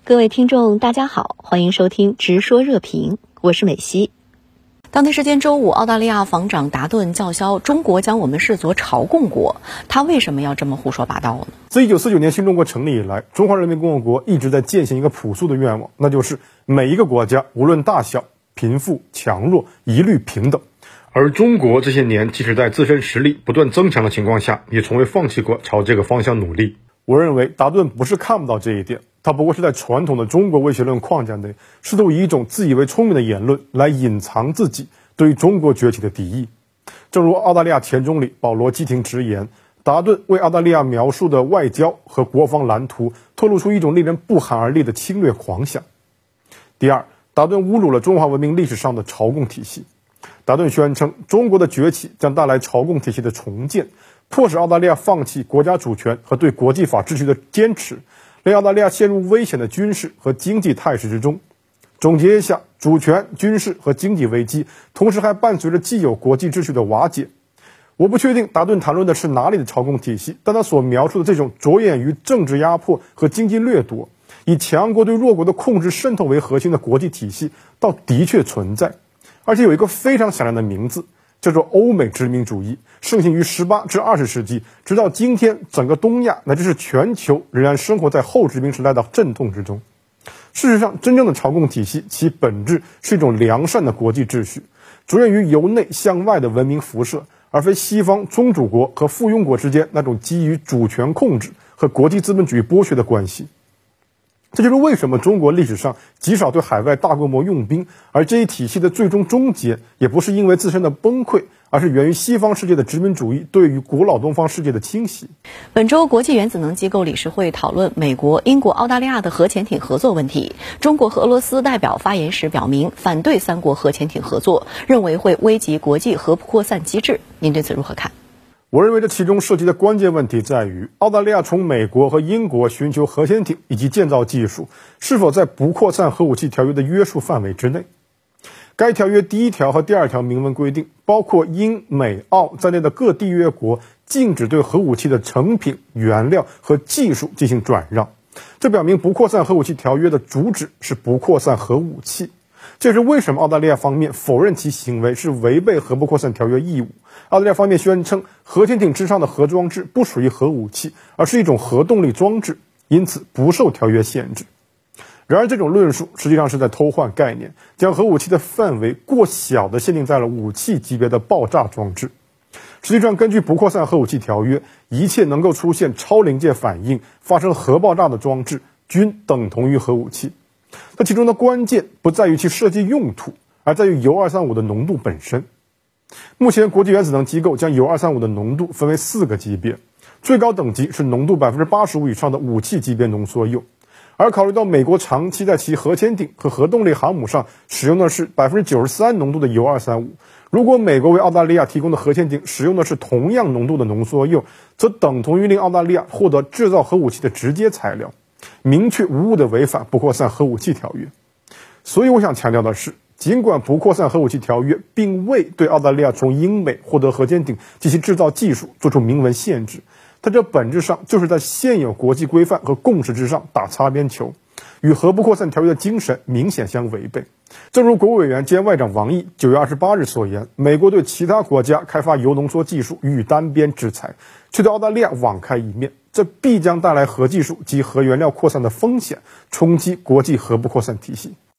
各位听众大家好，欢迎收听直说热评，我是美西。当地时间周五，澳大利亚防长达顿叫嚣中国将我们视作朝贡国，他为什么要这么胡说八道呢？ 自1949年新中国成立以来，中华人民共和国一直在践行一个朴素的愿望，那就是每一个国家无论大小、贫富、强弱，一律平等。而中国这些年即使在自身实力不断增强的情况下，也从未放弃过朝这个方向努力。我认为达顿不是看不到这一点，他不过是在传统的中国威胁论框架内，试图以一种自以为聪明的言论来隐藏自己对于中国崛起的敌意。正如澳大利亚前总理保罗基廷直言，达顿为澳大利亚描述的外交和国防蓝图透露出一种令人不寒而栗的侵略狂想。第二，达顿侮辱了中华文明历史上的朝贡体系。达顿宣称，中国的崛起将带来朝贡体系的重建，迫使澳大利亚放弃国家主权和对国际法秩序的坚持，令澳大利亚陷入危险的军事和经济态势之中。总结一下，主权、军事和经济危机，同时还伴随着既有国际秩序的瓦解。我不确定达顿谈论的是哪里的朝贡体系，但他所描述的这种着眼于政治压迫和经济掠夺，以强国对弱国的控制渗透为核心的国际体系，倒的确存在，而且有一个非常响亮的名字，叫做欧美殖民主义，盛行于18至20世纪，直到今天，整个东亚乃至是全球仍然生活在后殖民时代的阵痛之中。事实上，真正的朝贡体系其本质是一种良善的国际秩序，着眼于由内向外的文明辐射，而非西方宗主国和附庸国之间那种基于主权控制和国际资本主义剥削的关系。这就是为什么中国历史上极少对海外大规模用兵，而这一体系的最终终结也不是因为自身的崩溃，而是源于西方世界的殖民主义对于古老东方世界的侵袭。 本周国际原子能机构理事会讨论美国、英国、澳大利亚的核潜艇合作问题。中国和俄罗斯代表发言时表明反对三国核潜艇合作，认为会危及国际核扩散机制。您对此如何看？ 我认为这其中涉及的关键问题在于，澳大利亚从美国和英国寻求核潜艇以及建造技术是否在不扩散核武器条约的约束范围之内。该条约第1条和第2条明文规定，包括英、美、澳在内的各缔约国禁止对核武器的成品、原料和技术进行转让。这表明不扩散核武器条约的主旨是不扩散核武器。这是为什么澳大利亚方面否认其行为是违背核不扩散条约义务。澳大利亚方面宣称，核潜艇之上的核装置不属于核武器，而是一种核动力装置，因此不受条约限制。然而这种论述实际上是在偷换概念，将核武器的范围过小地限定在了武器级别的爆炸装置。实际上，根据不扩散核武器条约，一切能够出现超临界反应、发生核爆炸的装置均等同于核武器。它其中的关键不在于其设计用途，而在于铀235的浓度本身。目前国际原子能机构将铀235的浓度分为4个级别，最高等级是浓度 85% 以上的武器级别浓缩铀。而考虑到美国长期在其核潜艇和核动力航母上使用的是 93% 浓度的铀235，如果美国为澳大利亚提供的核潜艇使用的是同样浓度的浓缩铀，则等同于令澳大利亚获得制造核武器的直接材料，明确无误地违反不扩散核武器条约。所以我想强调的是，尽管不扩散核武器条约并未对澳大利亚从英美获得核潜艇及其制造技术做出明文限制，它这本质上就是在现有国际规范和共识之上打擦边球，与核不扩散条约的精神明显相违背。正如国务委员兼外长王毅9月28日所言，美国对其他国家开发铀浓缩技术予以单边制裁，却对澳大利亚网开一面，这必将带来核技术及核原料扩散的风险，冲击国际核不扩散体系。